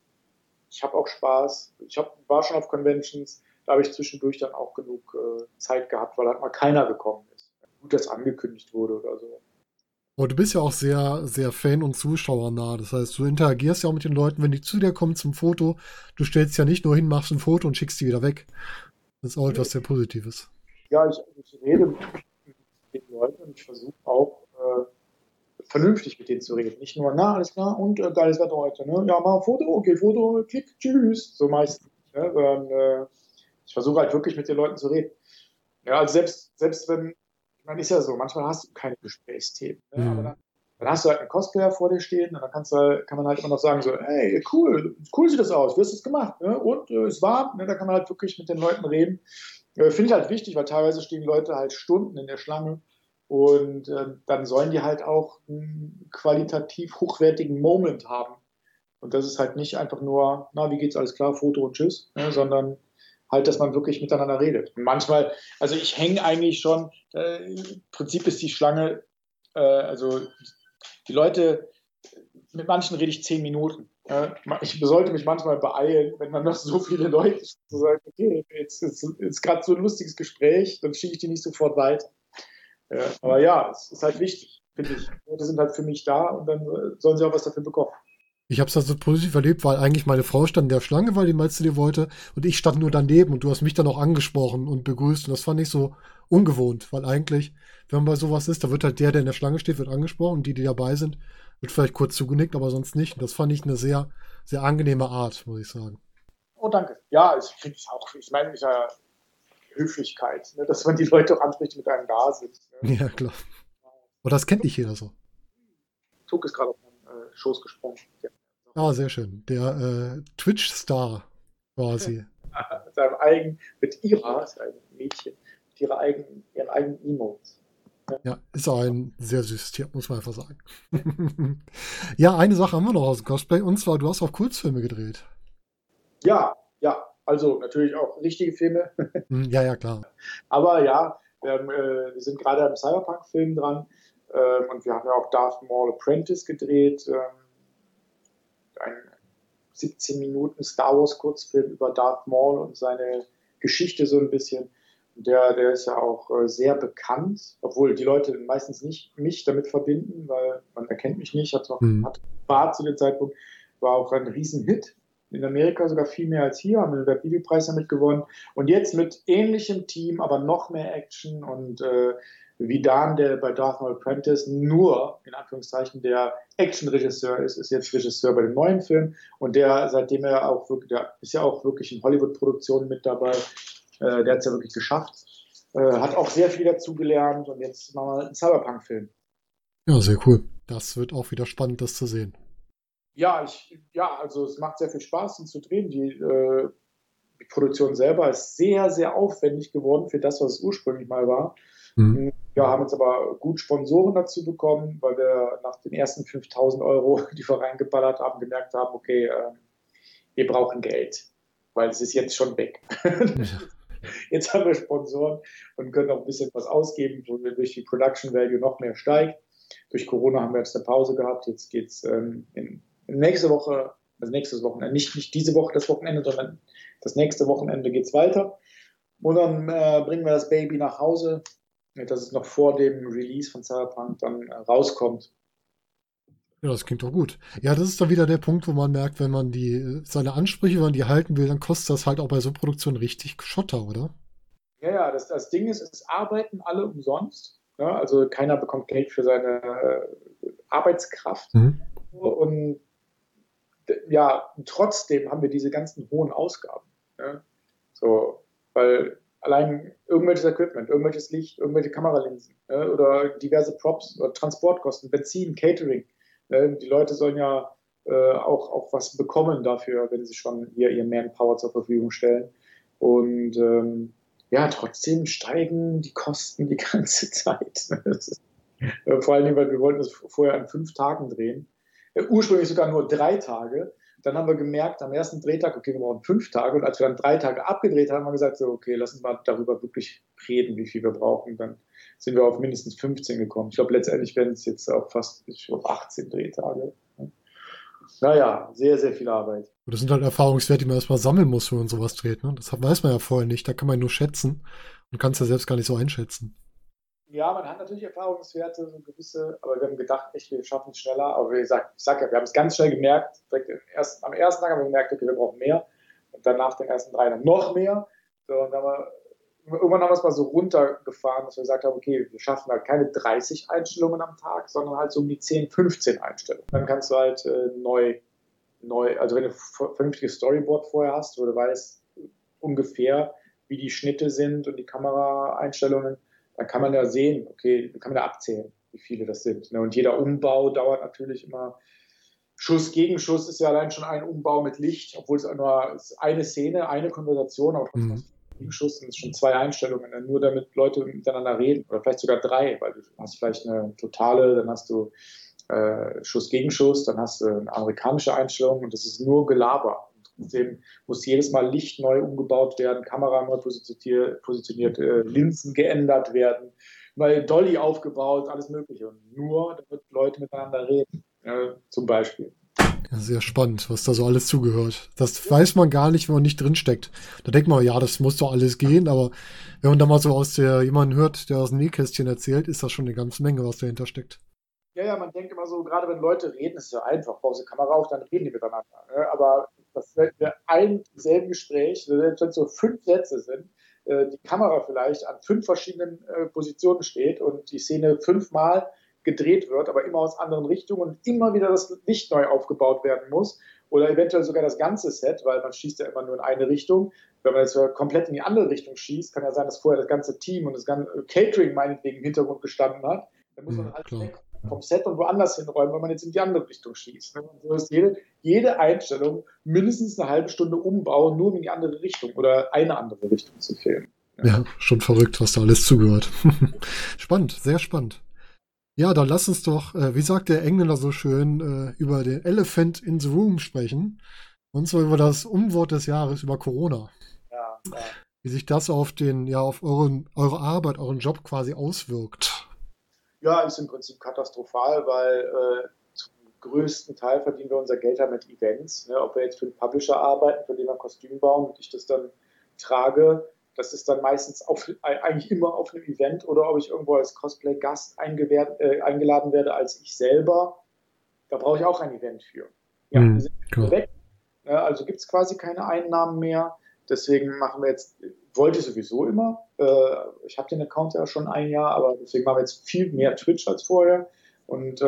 ich habe auch Spaß. War schon auf Conventions, da habe ich zwischendurch dann auch genug Zeit gehabt, weil halt mal keiner gekommen ist. Gut, dass angekündigt wurde oder so. Aber du bist ja auch sehr, sehr Fan- und Zuschauernah. Das heißt, du interagierst ja auch mit den Leuten, wenn die zu dir kommen zum Foto. Du stellst ja nicht nur hin, machst ein Foto und schickst die wieder weg. Das ist auch etwas sehr Positives. Ja, ich rede mit den Leuten und ich versuche auch vernünftig mit denen zu reden. Nicht nur, na, alles klar und geiles Wetter heute. Ne? Ja, mal ein Foto, okay, Foto, klick, tschüss. So meistens. Ne? Sondern, ich versuche halt wirklich mit den Leuten zu reden. Ja, also selbst wenn, ich meine, ist ja so, manchmal hast du keine Gesprächsthemen. Ne? Aber Mhm. dann hast du halt einen Cosplayer vor dir stehen und dann kann man halt immer noch sagen, so, hey, cool sieht das aus, wie hast du es gemacht? Ne? Und ist warm, ne? Da kann man halt wirklich mit den Leuten reden. Finde ich halt wichtig, weil teilweise stehen Leute halt Stunden in der Schlange und dann sollen die halt auch einen qualitativ hochwertigen Moment haben. Und das ist halt nicht einfach nur, na, wie geht's, alles klar, Foto und Tschüss, ne, sondern halt, dass man wirklich miteinander redet. Und manchmal, also ich hänge eigentlich schon, im Prinzip ist die Schlange, also die Leute, mit manchen rede ich 10 Minuten. Ich sollte mich manchmal beeilen, wenn dann noch so viele Leute so sagen, okay, jetzt ist gerade so ein lustiges Gespräch, dann schicke ich die nicht sofort weiter. Aber ja, es ist halt wichtig, finde ich. Die Leute sind halt für mich da und dann sollen sie auch was dafür bekommen. Ich habe es also positiv erlebt, weil eigentlich meine Frau stand in der Schlange, weil die mal zu dir wollte, und ich stand nur daneben und du hast mich dann auch angesprochen und begrüßt. Und das fand ich so ungewohnt, weil eigentlich, wenn man bei sowas ist, da wird halt der in der Schlange steht, wird angesprochen und die dabei sind, wird vielleicht kurz zugenickt, aber sonst nicht. Und das fand ich eine sehr, sehr angenehme Art, muss ich sagen. Oh, danke. Ja, ich finde es auch, ich meine, ist ja Höflichkeit, ne, dass man die Leute auch anspricht, die mit einem da sind. Ne. Ja, klar. Aber das kennt nicht jeder so. Zug ist gerade auf meinen Schoß gesprungen. Ja. Ah, sehr schön. Der Twitch-Star quasi. Mit ihrer, ist ein Mädchen, mit ihren eigenen Emotes. Ne. Ja, ist auch ein sehr süßes Tier, muss man einfach sagen. Ja, eine Sache haben wir noch aus dem Cosplay, und zwar, du hast auch Kurzfilme gedreht. Ja, ja, also natürlich auch richtige Filme. Ja, ja, klar. Aber ja, wir sind gerade am Cyberpunk-Film dran und wir haben ja auch Darth Maul Apprentice gedreht. Ein 17 Minuten Star Wars Kurzfilm über Darth Maul und seine Geschichte so ein bisschen. Der ist ja auch sehr bekannt, obwohl die Leute meistens nicht mich damit verbinden, weil man erkennt mich nicht. Mhm. Hat Bart zu dem Zeitpunkt, war auch ein Riesenhit. In Amerika sogar viel mehr als hier, haben wir den Webvideopreis damit gewonnen. Und jetzt mit ähnlichem Team, aber noch mehr Action und Vidan, der bei Darth Maul Apprentice nur, in Anführungszeichen, der Action-Regisseur ist jetzt Regisseur bei dem neuen Film. Und der, seitdem er auch wirklich, der ist ja auch wirklich in Hollywood-Produktionen mit dabei. Der hat es ja wirklich geschafft. Hat auch sehr viel dazugelernt und jetzt machen wir einen Cyberpunk-Film. Ja, sehr cool. Das wird auch wieder spannend, das zu sehen. Ja, also es macht sehr viel Spaß, ihn zu drehen. Die Produktion selber ist sehr, sehr aufwendig geworden für das, was es ursprünglich mal war. Mhm. Ja, haben jetzt aber gut Sponsoren dazu bekommen, weil wir nach den ersten 5.000 Euro, die wir reingeballert haben, gemerkt haben, okay, wir brauchen Geld, weil es ist jetzt schon weg. Ja. Jetzt haben wir Sponsoren und können auch ein bisschen was ausgeben, wo wir durch die Production Value noch mehr steigt. Durch Corona haben wir jetzt eine Pause gehabt. Jetzt geht es in nächste Woche, also nächstes Wochenende, nicht diese Woche das Wochenende, sondern das nächste Wochenende geht es weiter. Und dann bringen wir das Baby nach Hause, dass es noch vor dem Release von Cyberpunk dann rauskommt. Ja, das klingt doch gut. Ja, das ist dann wieder der Punkt, wo man merkt, wenn man seine Ansprüche, wenn man die halten will, dann kostet das halt auch bei so Produktionen richtig Schotter, oder? Ja, das Ding ist, es arbeiten alle umsonst. Ja, also keiner bekommt Geld für seine Arbeitskraft. Mhm. Und ja, trotzdem haben wir diese ganzen hohen Ausgaben. Ja? So, weil allein irgendwelches Equipment, irgendwelches Licht, irgendwelche Kameralinsen oder diverse Props oder Transportkosten, Benzin, Catering. Die Leute sollen ja auch was bekommen dafür, wenn sie schon hier ihr Manpower zur Verfügung stellen. Und ja, trotzdem steigen die Kosten die ganze Zeit. Vor allem, weil wir wollten es vorher an 5 Tagen drehen. Ursprünglich sogar nur 3 Tage. Dann haben wir gemerkt, am ersten Drehtag, okay, wir brauchen 5 Tage. Und als wir dann 3 Tage abgedreht haben, haben wir gesagt, so, okay, lass uns mal darüber wirklich reden, wie viel wir brauchen. Dann sind wir auf mindestens 15 gekommen. Ich glaube, letztendlich werden es jetzt auch fast auf 18 Drehtage. Naja, sehr, sehr viel Arbeit. Und das sind halt Erfahrungswerte, die man erstmal sammeln muss, wenn man sowas dreht. Ne? Das weiß man ja vorher nicht. Da kann man nur schätzen und kann es ja selbst gar nicht so einschätzen. Ja, man hat natürlich Erfahrungswerte, so gewisse, aber wir haben gedacht, echt, wir schaffen es schneller. Aber wie gesagt, ich sag ja, wir haben es ganz schnell gemerkt. Am ersten Tag haben wir gemerkt, okay, wir brauchen mehr. Und dann nach den ersten 3 dann noch mehr. So, und dann irgendwann haben wir es mal so runtergefahren, dass wir gesagt haben, okay, wir schaffen halt keine 30 Einstellungen am Tag, sondern halt so um die 10, 15 Einstellungen. Dann kannst du halt also wenn du ein vernünftiges Storyboard vorher hast, wo du weißt ungefähr, wie die Schnitte sind und die Kameraeinstellungen, dann kann man ja sehen, okay, dann kann man da abzählen, wie viele das sind. Und jeder Umbau dauert natürlich immer. Schuss gegen Schuss ist ja allein schon ein Umbau mit Licht, obwohl es nur eine Szene, eine Konversation, aber trotzdem Gegenschuss sind es schon 2 Einstellungen, nur damit Leute miteinander reden oder vielleicht sogar 3, weil du hast vielleicht eine totale, dann hast du Schuss gegen Schuss, dann hast du eine amerikanische Einstellung und das ist nur Gelaber. Trotzdem muss jedes Mal Licht neu umgebaut werden, Kamera neu positioniert, Linsen geändert werden, weil Dolly aufgebaut, alles Mögliche. Und nur damit Leute miteinander reden, zum Beispiel. Ja, sehr spannend, was da so alles zugehört. Das weiß man gar nicht, wenn man nicht drinsteckt. Da denkt man, ja, das muss doch alles gehen, aber wenn man da mal so jemanden hört, der aus dem Nähkästchen erzählt, ist das schon eine ganze Menge, was dahinter steckt. Ja, man denkt immer so, gerade wenn Leute reden, ist es ja einfach, baust du die Kamera auf, dann reden die miteinander. Aber das wird ein selben Gespräch, selbst wenn es so 5 Sätze sind, die Kamera vielleicht an 5 verschiedenen Positionen steht und die Szene 5-mal gedreht wird, aber immer aus anderen Richtungen und immer wieder das Licht neu aufgebaut werden muss oder eventuell sogar das ganze Set, weil man schießt ja immer nur in eine Richtung. Wenn man jetzt komplett in die andere Richtung schießt, kann ja sein, dass vorher das ganze Team und das ganze Catering meinetwegen im Hintergrund gestanden hat. Dann muss man halt weg vom Set und woanders hinräumen, wenn man jetzt in die andere Richtung schießt. Und so ist jede Einstellung mindestens eine halbe Stunde Umbau, nur in die andere Richtung oder eine andere Richtung zu filmen. Ja, schon verrückt, was da alles zugehört. Spannend, sehr spannend. Ja, dann lass uns doch, wie sagt der Engländer so schön, über den Elephant in the Room sprechen. Und zwar über das Unwort des Jahres, über Corona. Ja. Wie sich das auf eure Arbeit, euren Job quasi auswirkt. Ja, ist im Prinzip katastrophal, weil zum größten Teil verdienen wir unser Geld halt mit Events. Ne? Ob wir jetzt für einen Publisher arbeiten, für den wir Kostüm bauen und ich das dann trage, das ist dann meistens eigentlich immer auf einem Event oder ob ich irgendwo als Cosplay-Gast eingeladen werde als ich selber. Da brauche ich auch ein Event für. Ja, wir sind weg. Also gibt es quasi keine Einnahmen mehr. Deswegen machen wir jetzt, wollte ich sowieso immer. Ich habe den Account ja schon ein Jahr, aber deswegen machen wir jetzt viel mehr Twitch als vorher. Und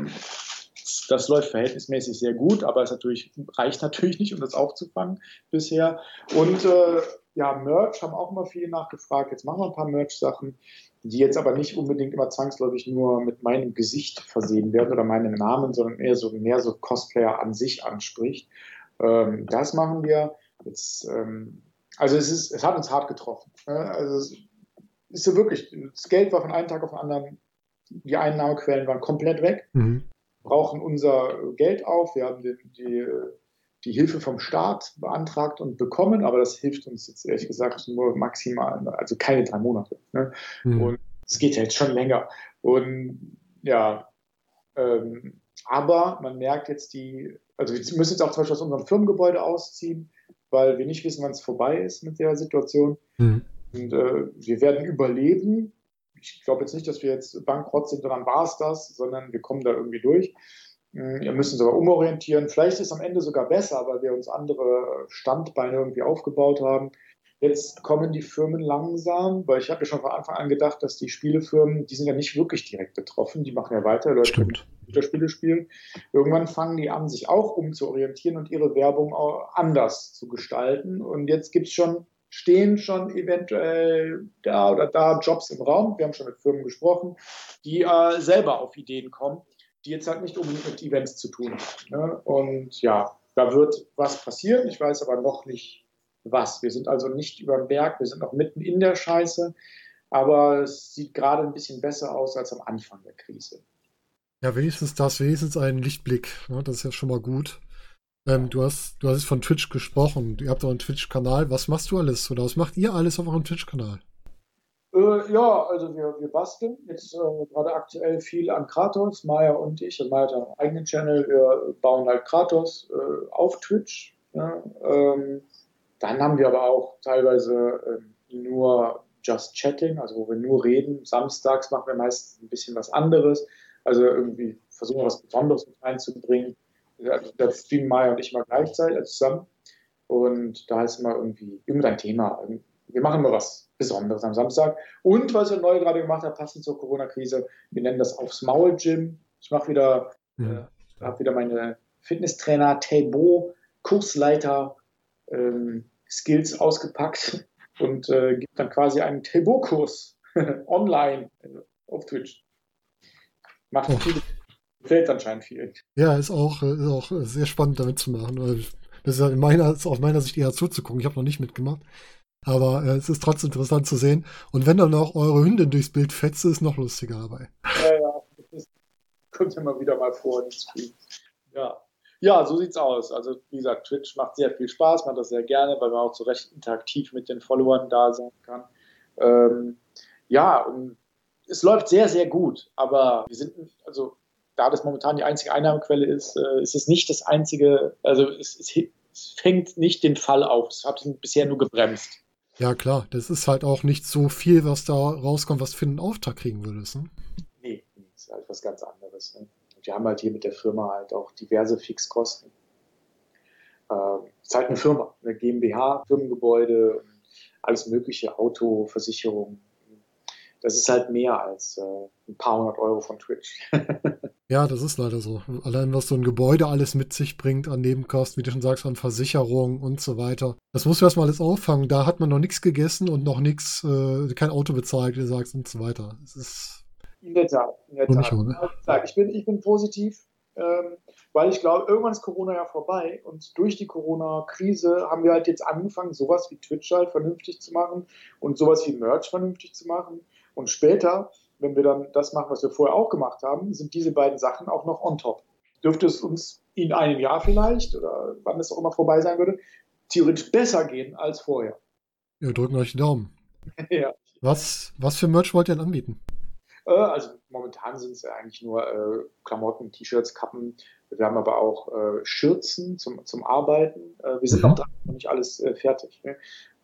das läuft verhältnismäßig sehr gut, aber es reicht natürlich nicht, um das aufzufangen bisher. Und Merch haben auch immer viele nachgefragt. Jetzt machen wir ein paar Merch-Sachen, die jetzt aber nicht unbedingt immer zwangsläufig nur mit meinem Gesicht versehen werden oder meinem Namen, sondern mehr so Cosplayer an sich anspricht. Das machen wir. Jetzt, es hat uns hart getroffen. Also es ist so wirklich, das Geld war von einem Tag auf den anderen, die Einnahmequellen waren komplett weg. Brauchen unser Geld auf. Wir haben die Hilfe vom Staat beantragt und bekommen, aber das hilft uns jetzt ehrlich gesagt nur maximal, also keine 3 Monate. Ne? Und es geht ja jetzt schon länger. Und ja, aber man merkt jetzt also wir müssen jetzt auch zum Beispiel aus unserem Firmengebäude ausziehen, weil wir nicht wissen, wann es vorbei ist mit der Situation. Und wir werden überleben. Ich glaube jetzt nicht, dass wir jetzt bankrott sind, sondern war es das, sondern wir kommen da irgendwie durch. Wir müssen uns aber umorientieren. Vielleicht ist es am Ende sogar besser, weil wir uns andere Standbeine irgendwie aufgebaut haben. Jetzt kommen die Firmen langsam, weil ich habe ja schon von Anfang an gedacht, dass die Spielefirmen, die sind ja nicht wirklich direkt betroffen, die machen ja weiter, Leute können Computerspiele spielen. Irgendwann fangen die an, sich auch umzuorientieren und ihre Werbung auch anders zu gestalten. Und jetzt stehen schon eventuell da oder da Jobs im Raum. Wir haben schon mit Firmen gesprochen, die selber auf Ideen kommen, die jetzt halt nicht unbedingt mit Events zu tun haben. Ne? Und ja, da wird was passieren. Ich weiß aber noch nicht was. Wir sind also nicht über dem Berg, wir sind noch mitten in der Scheiße, aber es sieht gerade ein bisschen besser aus als am Anfang der Krise. Ja, wenigstens einen Lichtblick. Ne? Das ist ja schon mal gut. Du hast jetzt von Twitch gesprochen. Ihr habt auch einen Twitch-Kanal. Was machst du alles? Oder was macht ihr alles auf eurem Twitch-Kanal? Ja, also wir basteln jetzt gerade aktuell viel an Kratos, Maya und ich. Also Maya hat einen eigenen Channel, wir bauen halt Kratos auf Twitch. Ja, dann haben wir aber auch teilweise nur Just Chatting, also wo wir nur reden. Samstags machen wir meistens ein bisschen was anderes. Also irgendwie versuchen wir was Besonderes mit reinzubringen. Also das streamen Maya und ich mal gleichzeitig zusammen. Und da ist immer irgendwie irgendein Thema. Wir machen immer was Besonderes am Samstag. Und was ich neu gerade gemacht habe, passend zur Corona-Krise, wir nennen das Aufs Maul-Gym. Ich mache wieder, habe wieder meine Fitnesstrainer, Taibo, Kursleiter, Skills ausgepackt und gibt dann quasi einen Taibo-Kurs online auf Twitch. Macht viel, gefällt anscheinend viel. Ja, ist auch sehr spannend damit zu machen. Weil das ist ja aus meiner Sicht eher zuzugucken. Ich habe noch nicht mitgemacht. Aber es ist trotzdem interessant zu sehen. Und wenn dann auch eure Hündin durchs Bild fetzt, ist noch lustiger dabei. Ja, das kommt immer wieder mal vor in den Streams. Ja, so sieht's aus. Also wie gesagt, Twitch macht sehr viel Spaß, macht das sehr gerne, weil man auch so recht interaktiv mit den Followern da sein kann. Und es läuft sehr, sehr gut. Aber wir sind, also da das momentan die einzige Einnahmequelle ist, ist es nicht das einzige, also es fängt nicht den Fall auf. Es hat bisher nur gebremst. Ja, klar. Das ist halt auch nicht so viel, was da rauskommt, was du für einen Auftrag kriegen würdest. Ne? Nee, das ist halt was ganz anderes. Ne? Und wir haben halt hier mit der Firma halt auch diverse Fixkosten. Es ist halt eine Firma, eine GmbH, Firmengebäude, alles mögliche, Auto, Versicherung. Das ist halt mehr als ein paar hundert Euro von Twitch. Ja, das ist leider so. Allein was so ein Gebäude alles mit sich bringt an Nebenkosten, wie du schon sagst, an Versicherung und so weiter. Das musst du erstmal alles auffangen. Da hat man noch nichts gegessen und noch nichts, kein Auto bezahlt, wie du sagst, und so weiter. Es ist in der Tat. nicht ohne. Ich bin positiv, weil ich glaube, irgendwann ist Corona ja vorbei und durch die Corona-Krise haben wir halt jetzt angefangen, sowas wie Twitch halt vernünftig zu machen und sowas wie Merch vernünftig zu machen. Und später, wenn wir dann das machen, was wir vorher auch gemacht haben, sind diese beiden Sachen auch noch on top. Dürfte es uns in einem Jahr vielleicht oder wann es auch immer vorbei sein würde, theoretisch besser gehen als vorher. Wir drücken euch die Daumen. Ja. Was für Merch wollt ihr denn anbieten? Also momentan sind es ja eigentlich nur Klamotten, T-Shirts, Kappen. Wir haben aber auch Schürzen zum Arbeiten. Wir sind noch dran, noch nicht alles fertig. Ne?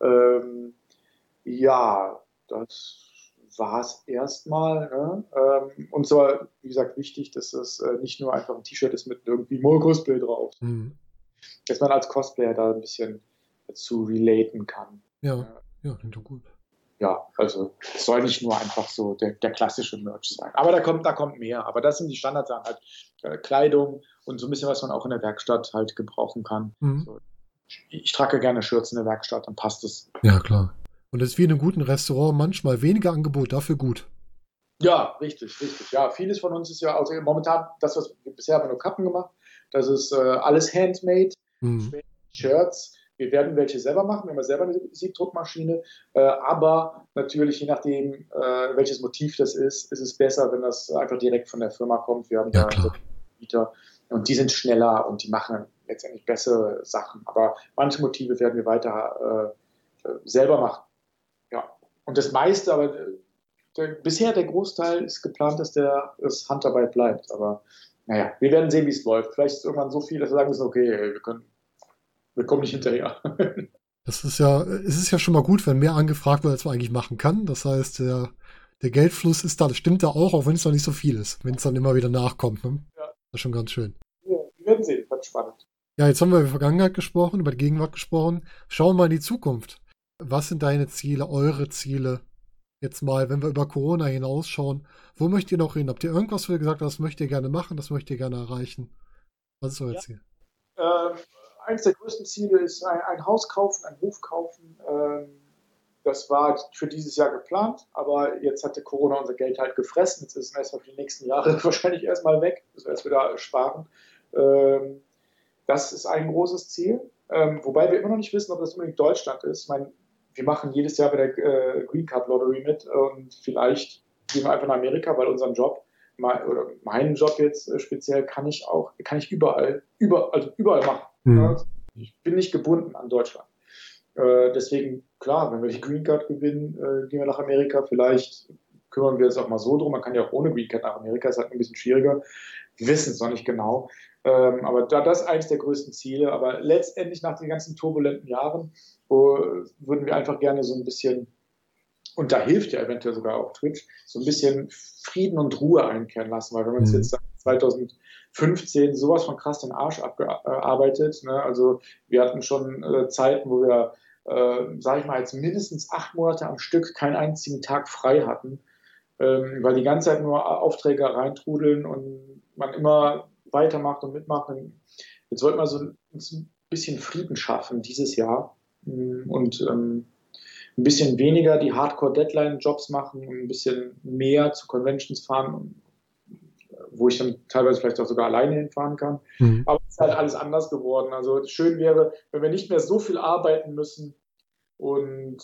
Das war es erstmal. Ne? Und zwar, wie gesagt, wichtig, dass es nicht nur einfach ein T-Shirt ist mit irgendwie Cosplay drauf. Dass man als Cosplayer da ein bisschen dazu relaten kann. Ja, klingt doch gut. Ja, also es soll nicht nur einfach so der klassische Merch sein. Aber da kommt mehr. Aber das sind die Standardsachen halt. Kleidung und so ein bisschen, was man auch in der Werkstatt halt gebrauchen kann. So, ich trage gerne Shirts in der Werkstatt, dann passt es. Ja, klar. Und es ist wie in einem guten Restaurant, manchmal weniger Angebot, dafür gut. Ja, richtig. Ja, vieles von uns ist ja, also momentan, das, was bisher haben wir nur Kappen gemacht, das ist alles handmade, Shirts. Wir werden welche selber machen, wir haben ja selber eine Siebdruckmaschine, aber natürlich, je nachdem, welches Motiv das ist es besser, wenn das einfach direkt von der Firma kommt. Wir haben da Anbieter und die sind schneller und die machen letztendlich bessere Sachen. Aber manche Motive werden wir weiter selber machen. Ja. Und das meiste, aber bisher der Großteil ist geplant, dass das Handarbeit bleibt. Aber naja, wir werden sehen, wie es läuft. Vielleicht ist es irgendwann so viel, dass wir sagen müssen, okay, wir kommen nicht hinterher. Es ist ja schon mal gut, wenn mehr angefragt wird, als man eigentlich machen kann. Das heißt, der Geldfluss ist da, das stimmt da auch wenn es noch nicht so viel ist, wenn es dann immer wieder nachkommt. Ne? Ja. Das ist schon ganz schön. Ja, wir werden sehen, wird spannend. Ja, jetzt haben wir über die Vergangenheit gesprochen, über die Gegenwart gesprochen. Schauen wir mal in die Zukunft. Was sind deine Ziele, eure Ziele? Jetzt mal, wenn wir über Corona hinausschauen, wo möchtet ihr noch hin? Habt ihr irgendwas, wo ihr gesagt habt, das möchtet ihr gerne machen, das möchtet ihr gerne erreichen? Was ist euer Ziel? Eines der größten Ziele ist ein Haus kaufen, ein Hof kaufen. Das war für dieses Jahr geplant, aber jetzt hatte Corona unser Geld halt gefressen. Jetzt ist es erstmal für die nächsten Jahre wahrscheinlich erstmal weg, bis wir erst wieder sparen. Das ist ein großes Ziel. Wobei wir immer noch nicht wissen, ob das unbedingt Deutschland ist. Ich meine, wir machen jedes Jahr bei der Green Card Lottery mit und vielleicht gehen wir einfach nach Amerika, weil unseren Job, oder meinen Job jetzt speziell, kann ich überall machen. Ja, ich bin nicht gebunden an Deutschland. Deswegen, klar, wenn wir die Green Card gewinnen, gehen wir nach Amerika. Vielleicht kümmern wir uns auch mal so drum. Man kann ja auch ohne Green Card nach Amerika, ist halt ein bisschen schwieriger. Wir wissen es noch nicht genau. Aber das ist eines der größten Ziele. Aber letztendlich nach den ganzen turbulenten Jahren würden wir einfach gerne so ein bisschen, und da hilft ja eventuell sogar auch Twitch, so ein bisschen Frieden und Ruhe einkehren lassen. Weil wenn man es jetzt 2015 sowas von krass den Arsch abgearbeitet, ne? Also wir hatten schon Zeiten, wo wir, sage ich mal, jetzt mindestens 8 Monate am Stück keinen einzigen Tag frei hatten, weil die ganze Zeit nur Aufträge reintrudeln und man immer weitermacht und mitmacht. Und jetzt wollten wir so ein bisschen Frieden schaffen dieses Jahr und ein bisschen weniger die Hardcore-Deadline-Jobs machen und ein bisschen mehr zu Conventions fahren, wo ich dann teilweise vielleicht auch sogar alleine hinfahren kann. Aber es ist halt alles anders geworden. Also schön wäre, wenn wir nicht mehr so viel arbeiten müssen und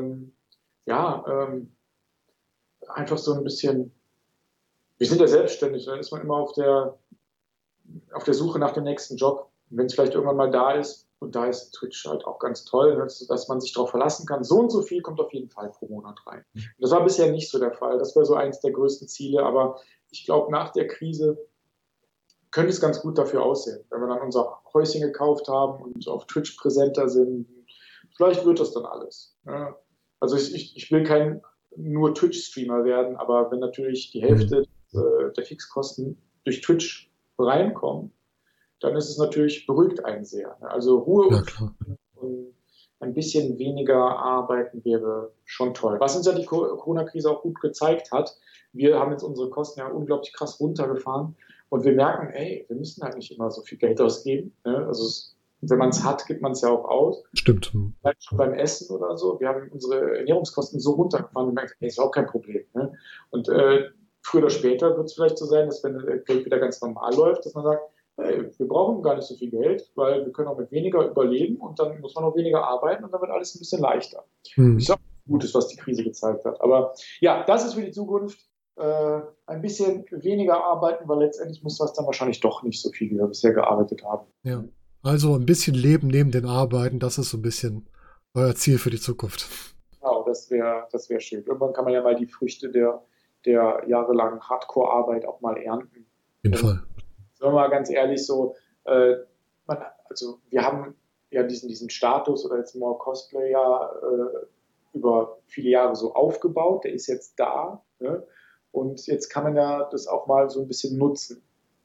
einfach so ein bisschen, wir sind ja selbstständig, dann ist man immer auf der Suche nach dem nächsten Job. Und wenn es vielleicht irgendwann mal da ist, und da ist Twitch halt auch ganz toll, dass man sich darauf verlassen kann, so und so viel kommt auf jeden Fall pro Monat rein. Und das war bisher nicht so der Fall. Das wäre so eins der größten Ziele, aber ich glaube, nach der Krise könnte es ganz gut dafür aussehen, wenn wir dann unser Häuschen gekauft haben und auf Twitch präsenter sind. Vielleicht wird das dann alles. Ja. Also ich will kein nur Twitch-Streamer werden, aber wenn natürlich die Hälfte der Fixkosten durch Twitch reinkommen, dann ist es natürlich, beruhigt einen sehr. Also Ruhe und ein bisschen weniger arbeiten wäre schon toll. Was uns ja die Corona-Krise auch gut gezeigt hat, wir haben jetzt unsere Kosten ja unglaublich krass runtergefahren und wir merken, ey, wir müssen halt nicht immer so viel Geld ausgeben. Ne? Also wenn man es hat, gibt man es ja auch aus. Stimmt. Vielleicht schon beim Essen oder so. Wir haben unsere Ernährungskosten so runtergefahren und merken, ey, ist auch kein Problem. Ne? Und früher oder später wird es vielleicht so sein, dass wenn das Geld wieder ganz normal läuft, dass man sagt, hey, wir brauchen gar nicht so viel Geld, weil wir können auch mit weniger überleben und dann muss man auch weniger arbeiten und dann wird alles ein bisschen leichter. Ich sage, Gutes, was die Krise gezeigt hat. Aber ja, das ist für die Zukunft. Ein bisschen weniger arbeiten, weil letztendlich muss das dann wahrscheinlich doch nicht so viel, wie wir bisher gearbeitet haben. Ja, also ein bisschen Leben neben den Arbeiten, das ist so ein bisschen euer Ziel für die Zukunft. Genau, das wär schön. Irgendwann kann man ja mal die Früchte der jahrelangen Hardcore-Arbeit auch mal ernten. Auf jeden Fall. Sagen wir mal ganz ehrlich so, also wir haben ja diesen Status oder jetzt More Cosplay über viele Jahre so aufgebaut, der ist jetzt da, ne? Und jetzt kann man ja das auch mal so ein bisschen nutzen.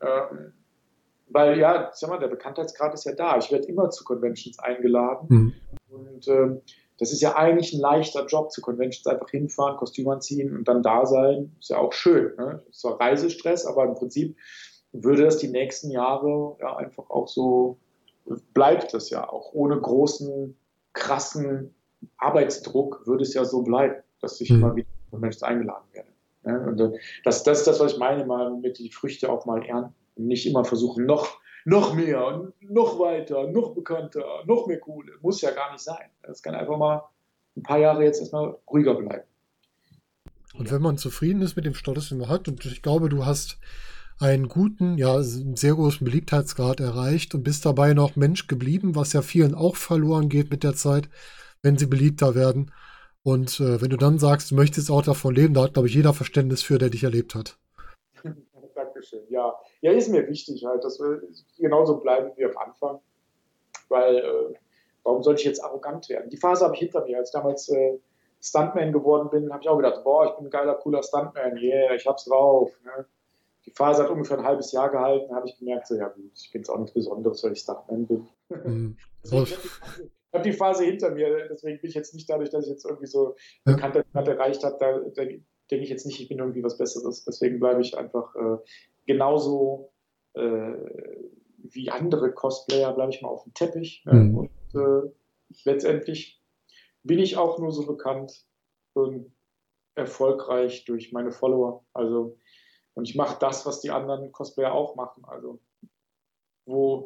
Weil ja, sag mal, der Bekanntheitsgrad ist ja da. Ich werde immer zu Conventions eingeladen. Und das ist ja eigentlich ein leichter Job, zu Conventions einfach hinfahren, Kostüm anziehen und dann da sein. Ist ja auch schön. Ne? Ist zwar Reisestress, aber im Prinzip würde das die nächsten Jahre ja einfach auch so, bleibt das ja auch ohne großen, krassen Arbeitsdruck würde es ja so bleiben, dass ich immer wieder zu Conventions eingeladen werde. Ja, und das ist das, was ich meine, mal mit die Früchte auch mal ernten und nicht immer versuchen, noch mehr, noch weiter, noch bekannter, noch mehr Kohle. Muss ja gar nicht sein. Das kann einfach mal ein paar Jahre jetzt erstmal ruhiger bleiben. Und wenn man zufrieden ist mit dem Status, den man hat, und ich glaube, du hast einen guten, ja, einen sehr großen Beliebtheitsgrad erreicht und bist dabei noch Mensch geblieben, was ja vielen auch verloren geht mit der Zeit, wenn sie beliebter werden. Und wenn du dann sagst, du möchtest auch davon leben, da hat, glaube ich, jeder Verständnis für, der dich erlebt hat. Dankeschön. Ja, ist mir wichtig halt, dass wir genauso bleiben wie am Anfang. Weil, warum soll ich jetzt arrogant werden? Die Phase habe ich hinter mir. Als ich damals Stuntman geworden bin, habe ich auch gedacht, boah, ich bin ein geiler, cooler Stuntman. Yeah, ich hab's drauf. Ne? Die Phase hat ungefähr ein halbes Jahr gehalten, habe ich gemerkt, so, ja gut, ich bin jetzt auch nichts Besonderes, weil ich Stuntman bin. Ich habe die Phase hinter mir, deswegen bin ich jetzt nicht dadurch, dass ich jetzt irgendwie so Bekanntheit erreicht habe, da denke ich jetzt nicht, ich bin irgendwie was Besseres. Deswegen bleibe ich einfach genauso wie andere Cosplayer, bleibe ich mal auf dem Teppich. Und letztendlich bin ich auch nur so bekannt und erfolgreich durch meine Follower. Und ich mache das, was die anderen Cosplayer auch machen. Also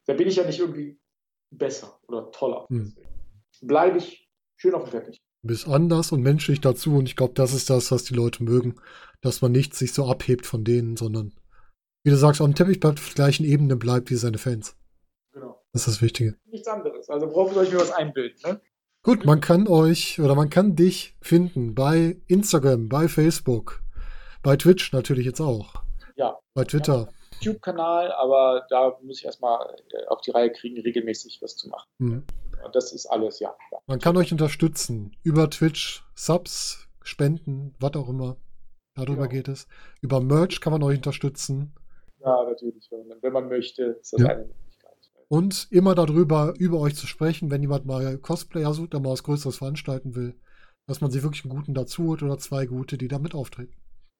Da bin ich ja nicht irgendwie besser oder toller. Bleibe ich schön auf dem Teppich. Du bist anders und menschlich dazu und ich glaube, das ist das, was die Leute mögen, dass man nicht sich so abhebt von denen, sondern, wie du sagst, auf dem Teppich bleibt, auf der gleichen Ebene bleibt wie seine Fans. Genau. Das ist das Wichtige. Nichts anderes. Also braucht ihr euch mir was einbilden. Ne? Gut, man kann dich finden bei Instagram, bei Facebook, bei Twitch natürlich jetzt auch. Ja. Bei Twitter. YouTube-Kanal, aber da muss ich erstmal auf die Reihe kriegen, regelmäßig was zu machen. Das ist alles, ja. Man kann euch unterstützen über Twitch, Subs, Spenden, was auch immer. Darüber geht es. Über Merch kann man euch unterstützen. Ja, natürlich. Wenn man möchte, ist das eine Möglichkeit. Und immer darüber, über euch zu sprechen, wenn jemand mal Cosplayer sucht, der mal was Größeres veranstalten will, dass man sich wirklich einen guten dazu holt oder 2 gute, die damit auftreten.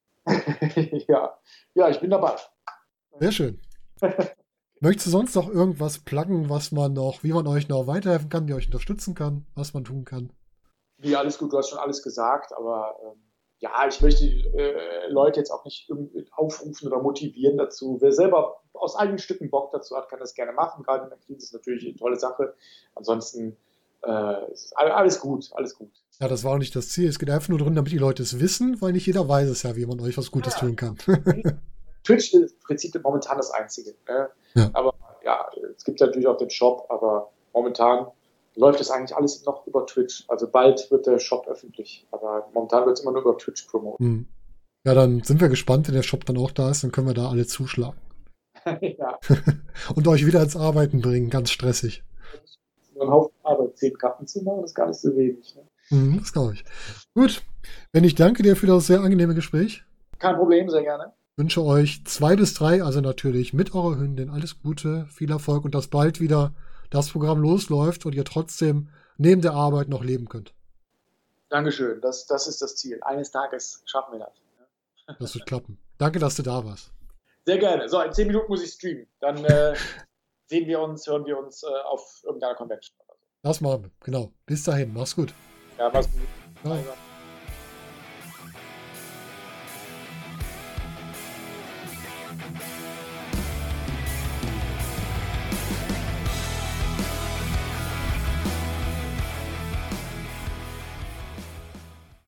Ja, ich bin dabei. Sehr schön. Möchtest du sonst noch irgendwas pluggen, wie man euch noch weiterhelfen kann, wie euch unterstützen kann, was man tun kann? Nee, alles gut, du hast schon alles gesagt, aber ich möchte Leute jetzt auch nicht aufrufen oder motivieren dazu. Wer selber aus eigenen Stücken Bock dazu hat, kann das gerne machen. Gerade in der Krise ist natürlich eine tolle Sache. Ansonsten ist alles gut, alles gut. Ja, das war auch nicht das Ziel. Es geht einfach nur darum, damit die Leute es wissen, weil nicht jeder weiß es ja, wie man euch was Gutes tun kann. Twitch ist im Prinzip momentan das Einzige. Ne? Ja. Aber ja, es gibt natürlich auch den Shop, aber momentan läuft das eigentlich alles noch über Twitch. Also bald wird der Shop öffentlich, aber momentan wird es immer nur über Twitch promoten. Ja, dann sind wir gespannt, wenn der Shop dann auch da ist, dann können wir da alle zuschlagen. Ja. Und euch wieder ins Arbeiten bringen, ganz stressig. Ein Haufen Arbeit, 10 Karten zu machen, das ist gar nicht so wenig. Ne? Das glaube ich. Gut, ich danke dir für das sehr angenehme Gespräch. Kein Problem, sehr gerne. Wünsche euch 2 bis 3, also natürlich mit eurer Hündin, alles Gute, viel Erfolg und dass bald wieder das Programm losläuft und ihr trotzdem neben der Arbeit noch leben könnt. Dankeschön, das ist das Ziel. Eines Tages schaffen wir das. Das wird klappen. Danke, dass du da warst. Sehr gerne. So, in 10 Minuten muss ich streamen. Dann hören wir uns auf irgendeiner Convention. Das machen wir, genau. Bis dahin, mach's gut. Ja, mach's gut. Ciao.